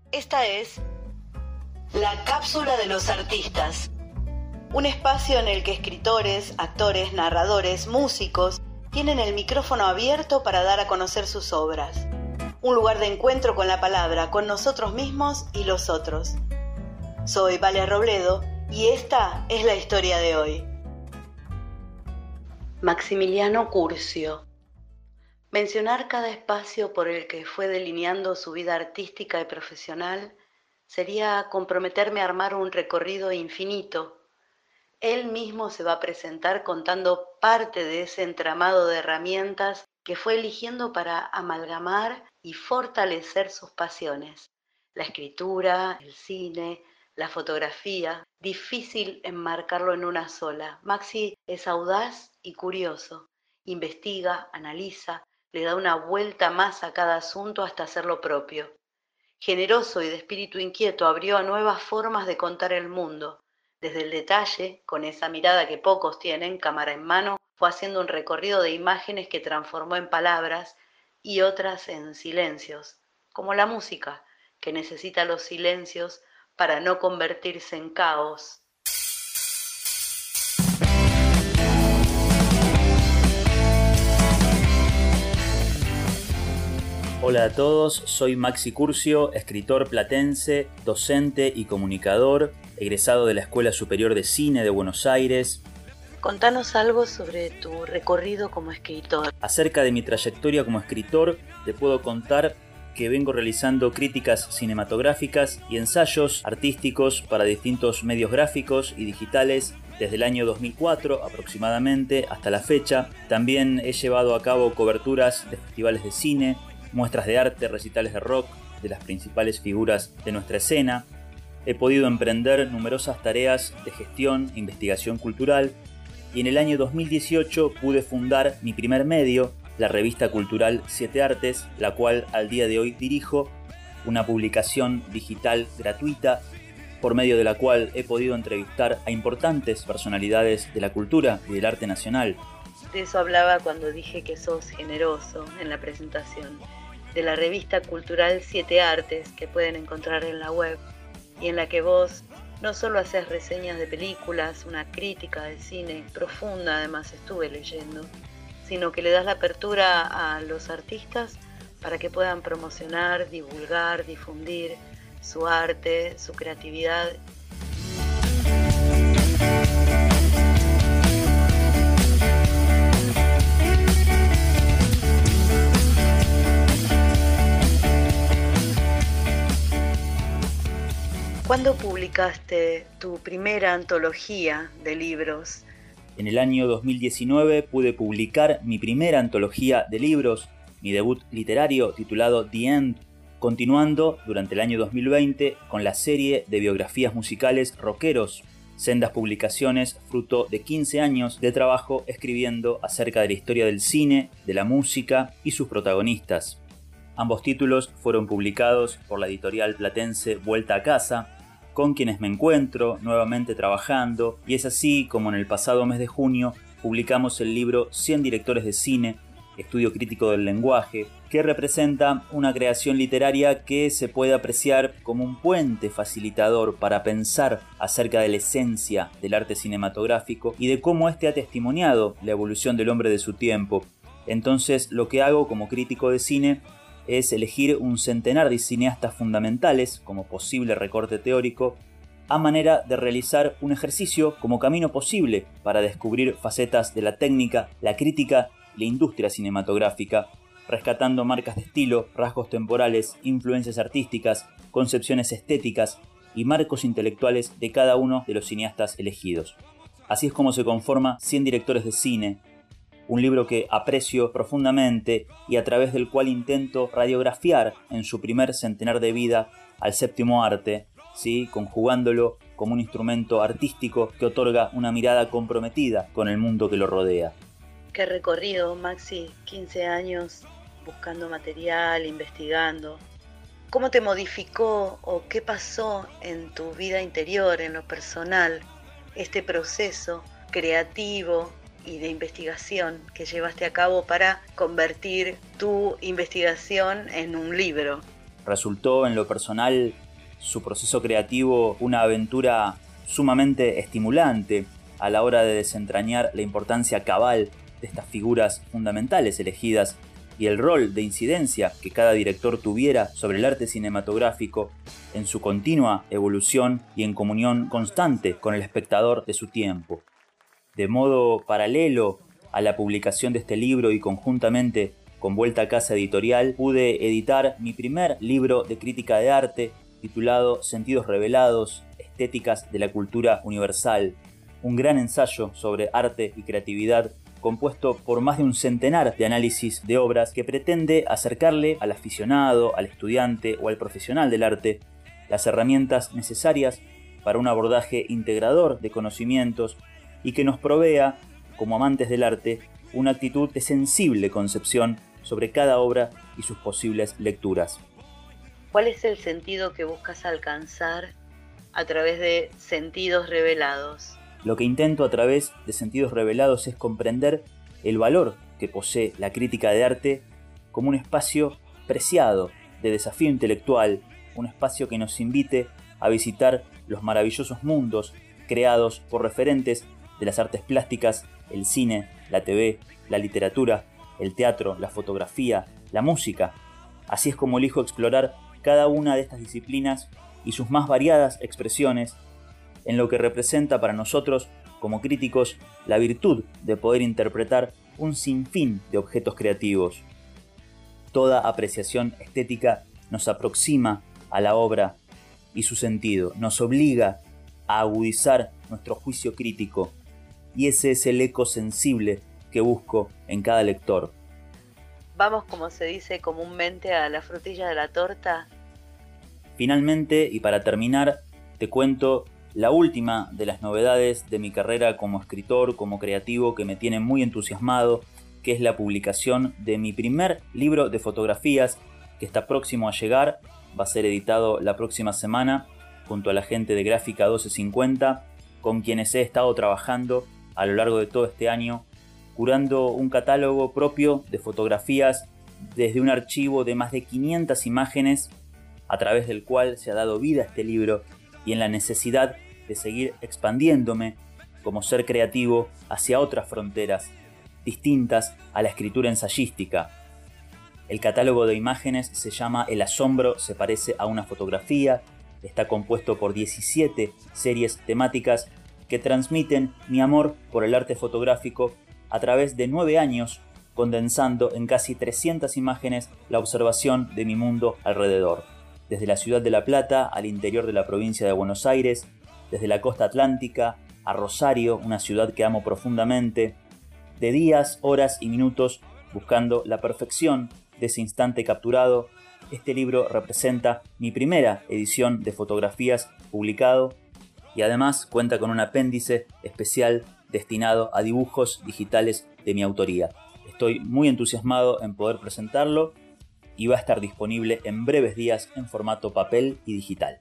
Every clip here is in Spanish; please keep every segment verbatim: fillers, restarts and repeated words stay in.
Esta es la cápsula de los artistas, un espacio en el que escritores, actores, narradores, músicos tienen el micrófono abierto para dar a conocer sus obras. Un lugar de encuentro con la palabra, con nosotros mismos y los otros. Soy Vale Robledo y esta es la historia de hoy. Maximiliano Curcio. Mencionar cada espacio por el que fue delineando su vida artística y profesional sería comprometerme a armar un recorrido infinito. Él mismo se va a presentar contando parte de ese entramado de herramientas que fue eligiendo para amalgamar y fortalecer sus pasiones. La escritura, el cine, la fotografía, difícil enmarcarlo en una sola. Maxi es audaz y curioso, investiga, analiza, le da una vuelta más a cada asunto hasta hacerlo propio. Generoso y de espíritu inquieto, abrió a nuevas formas de contar el mundo. Desde el detalle, con esa mirada que pocos tienen, cámara en mano, fue haciendo un recorrido de imágenes que transformó en palabras y otras en silencios, como la música, que necesita los silencios para no convertirse en caos. Hola a todos, soy Maxi Curcio, escritor platense, docente y comunicador, egresado de la Escuela Superior de Cine de Buenos Aires. Contanos algo sobre tu recorrido como escritor. Acerca de mi trayectoria como escritor, te puedo contar que vengo realizando críticas cinematográficas y ensayos artísticos para distintos medios gráficos y digitales desde el año dos mil cuatro aproximadamente hasta la fecha. También he llevado a cabo coberturas de festivales de cine, muestras de arte, recitales de rock de las principales figuras de nuestra escena. He podido emprender numerosas tareas de gestión e investigación cultural y en el año dos mil dieciocho pude fundar mi primer medio, la revista cultural Siete Artes, la cual al día de hoy dirijo, una publicación digital gratuita por medio de la cual he podido entrevistar a importantes personalidades de la cultura y del arte nacional. De eso hablaba cuando dije que sos generoso en la presentación de la revista cultural Siete Artes que pueden encontrar en la web y en la que vos no solo haces reseñas de películas, una crítica de cine profunda, además estuve leyendo, sino que le das la apertura a los artistas para que puedan promocionar, divulgar, difundir su arte, su creatividad. ¿Cuándo publicaste tu primera antología de libros? En el año dos mil diecinueve pude publicar mi primera antología de libros, mi debut literario titulado The End, continuando durante el año dos mil veinte con la serie de biografías musicales Rockeros, sendas publicaciones fruto de quince años de trabajo escribiendo acerca de la historia del cine, de la música y sus protagonistas. Ambos títulos fueron publicados por la editorial platense Vuelta a Casa, con quienes me encuentro nuevamente trabajando, y es así como en el pasado mes de junio publicamos el libro cien directores de cine, estudio crítico del lenguaje, que representa una creación literaria que se puede apreciar como un puente facilitador para pensar acerca de la esencia del arte cinematográfico y de cómo éste ha testimoniado la evolución del hombre de su tiempo. Entonces, lo que hago como crítico de cine es elegir un centenar de cineastas fundamentales como posible recorte teórico, a manera de realizar un ejercicio como camino posible para descubrir facetas de la técnica, la crítica y la industria cinematográfica, rescatando marcas de estilo, rasgos temporales, influencias artísticas, concepciones estéticas y marcos intelectuales de cada uno de los cineastas elegidos. Así es como se conforma cien directores de cine, un libro que aprecio profundamente y a través del cual intento radiografiar en su primer centenar de vida al séptimo arte, ¿sí? Conjugándolo como un instrumento artístico que otorga una mirada comprometida con el mundo que lo rodea. Qué recorrido, Maxi, quince años buscando material, investigando. ¿Cómo te modificó o qué pasó en tu vida interior, en lo personal, este proceso creativo y de investigación que llevaste a cabo para convertir tu investigación en un libro? Resultó en lo personal su proceso creativo una aventura sumamente estimulante a la hora de desentrañar la importancia cabal de estas figuras fundamentales elegidas y el rol de incidencia que cada director tuviera sobre el arte cinematográfico en su continua evolución y en comunión constante con el espectador de su tiempo. De modo paralelo a la publicación de este libro y conjuntamente con Vuelta a Casa Editorial, pude editar mi primer libro de crítica de arte titulado Sentidos Revelados, Estéticas de la Cultura Universal, un gran ensayo sobre arte y creatividad compuesto por más de un centenar de análisis de obras que pretende acercarle al aficionado, al estudiante o al profesional del arte las herramientas necesarias para un abordaje integrador de conocimientos y que nos provea, como amantes del arte, una actitud de sensible concepción sobre cada obra y sus posibles lecturas. ¿Cuál es el sentido que buscas alcanzar a través de Sentidos Revelados? Lo que intento a través de Sentidos Revelados es comprender el valor que posee la crítica de arte como un espacio preciado de desafío intelectual, un espacio que nos invite a visitar los maravillosos mundos creados por referentes de las artes plásticas, el cine, la T V, la literatura, el teatro, la fotografía, la música. Así es como elijo explorar cada una de estas disciplinas y sus más variadas expresiones en lo que representa para nosotros, como críticos, la virtud de poder interpretar un sinfín de objetos creativos. Toda apreciación estética nos aproxima a la obra y su sentido, nos obliga a agudizar nuestro juicio crítico, y ese es el eco sensible que busco en cada lector. Vamos, como se dice comúnmente, a la frutilla de la torta. Finalmente, y para terminar, te cuento la última de las novedades de mi carrera como escritor, como creativo, que me tiene muy entusiasmado, que es la publicación de mi primer libro de fotografías, que está próximo a llegar, va a ser editado la próxima semana, junto a la gente de Gráfica doce cincuenta, con quienes he estado trabajando a lo largo de todo este año, curando un catálogo propio de fotografías desde un archivo de más de quinientas imágenes, a través del cual se ha dado vida a este libro, y en la necesidad de seguir expandiéndome como ser creativo hacia otras fronteras, distintas a la escritura ensayística. El catálogo de imágenes se llama El asombro se parece a una fotografía, está compuesto por diecisiete series temáticas que transmiten mi amor por el arte fotográfico a través de nueve años, condensando en casi trescientas imágenes la observación de mi mundo alrededor. Desde la ciudad de La Plata al interior de la provincia de Buenos Aires, desde la costa atlántica a Rosario, una ciudad que amo profundamente, de días, horas y minutos buscando la perfección de ese instante capturado. Este libro representa mi primera edición de fotografías publicado y además cuenta con un apéndice especial destinado a dibujos digitales de mi autoría. Estoy muy entusiasmado en poder presentarlo y va a estar disponible en breves días en formato papel y digital.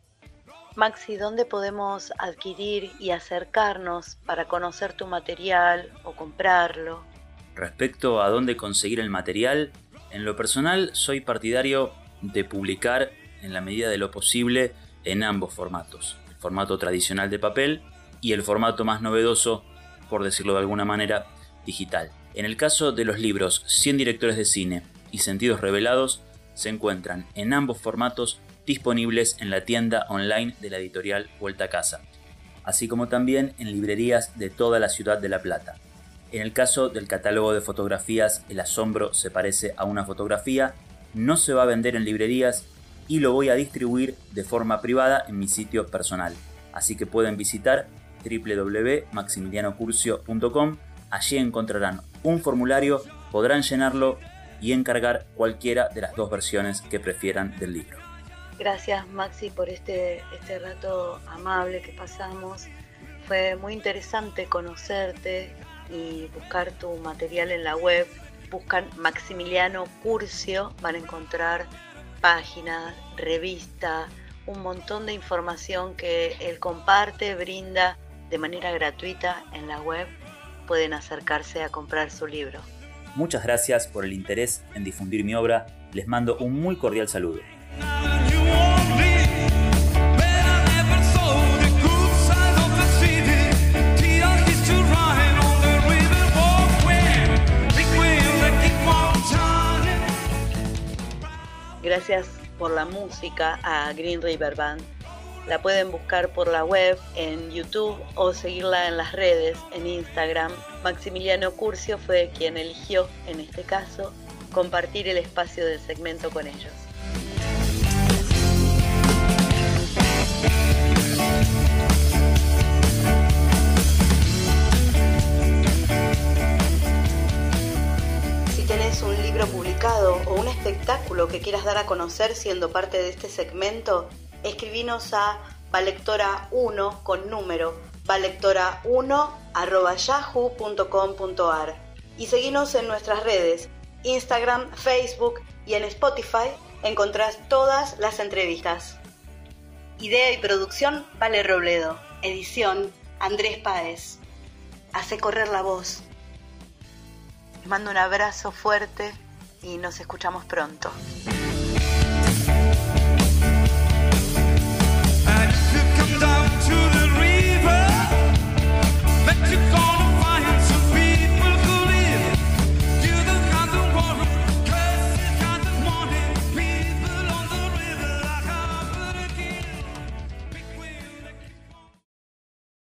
Maxi, ¿dónde podemos adquirir y acercarnos para conocer tu material o comprarlo? Respecto a dónde conseguir el material, en lo personal soy partidario de publicar en la medida de lo posible en ambos formatos, el formato tradicional de papel y el formato más novedoso, por decirlo de alguna manera, digital. En el caso de los libros cien directores de cine y Sentidos Revelados, se encuentran en ambos formatos disponibles en la tienda online de la editorial Vuelta a Casa, así como también en librerías de toda la ciudad de La Plata. En el caso del catálogo de fotografías El asombro se parece a una fotografía, no se va a vender en librerías y lo voy a distribuir de forma privada en mi sitio personal. Así que pueden visitar w w w punto maximiliano curcio punto com, allí encontrarán un formulario, podrán llenarlo y encargar cualquiera de las dos versiones que prefieran del libro. Gracias, Maxi, por este, este rato amable que pasamos. Fue muy interesante conocerte y buscar tu material en la web. Buscan Maximiliano Curcio, van a encontrar páginas, revista, un montón de información que él comparte, brinda de manera gratuita en la web. Pueden acercarse a comprar su libro. Muchas gracias por el interés en difundir mi obra. Les mando un muy cordial saludo. por la música a Green River Band. La pueden buscar por la web, en YouTube o seguirla en las redes, en Instagram. Maximiliano Curcio fue quien eligió, en este caso, compartir el espacio del segmento con ellos. Si tenés un libro publicado o un espectáculo que quieras dar a conocer siendo parte de este segmento, escribinos a valectora uno con número, valectora uno arroba yahoo punto com punto ar y seguinos en nuestras redes, Instagram, Facebook y en Spotify encontrás todas las entrevistas. Idea y producción, Vale Robledo. Edición, Andrés Páez. Hace correr la voz. Les mando un abrazo fuerte y nos escuchamos pronto.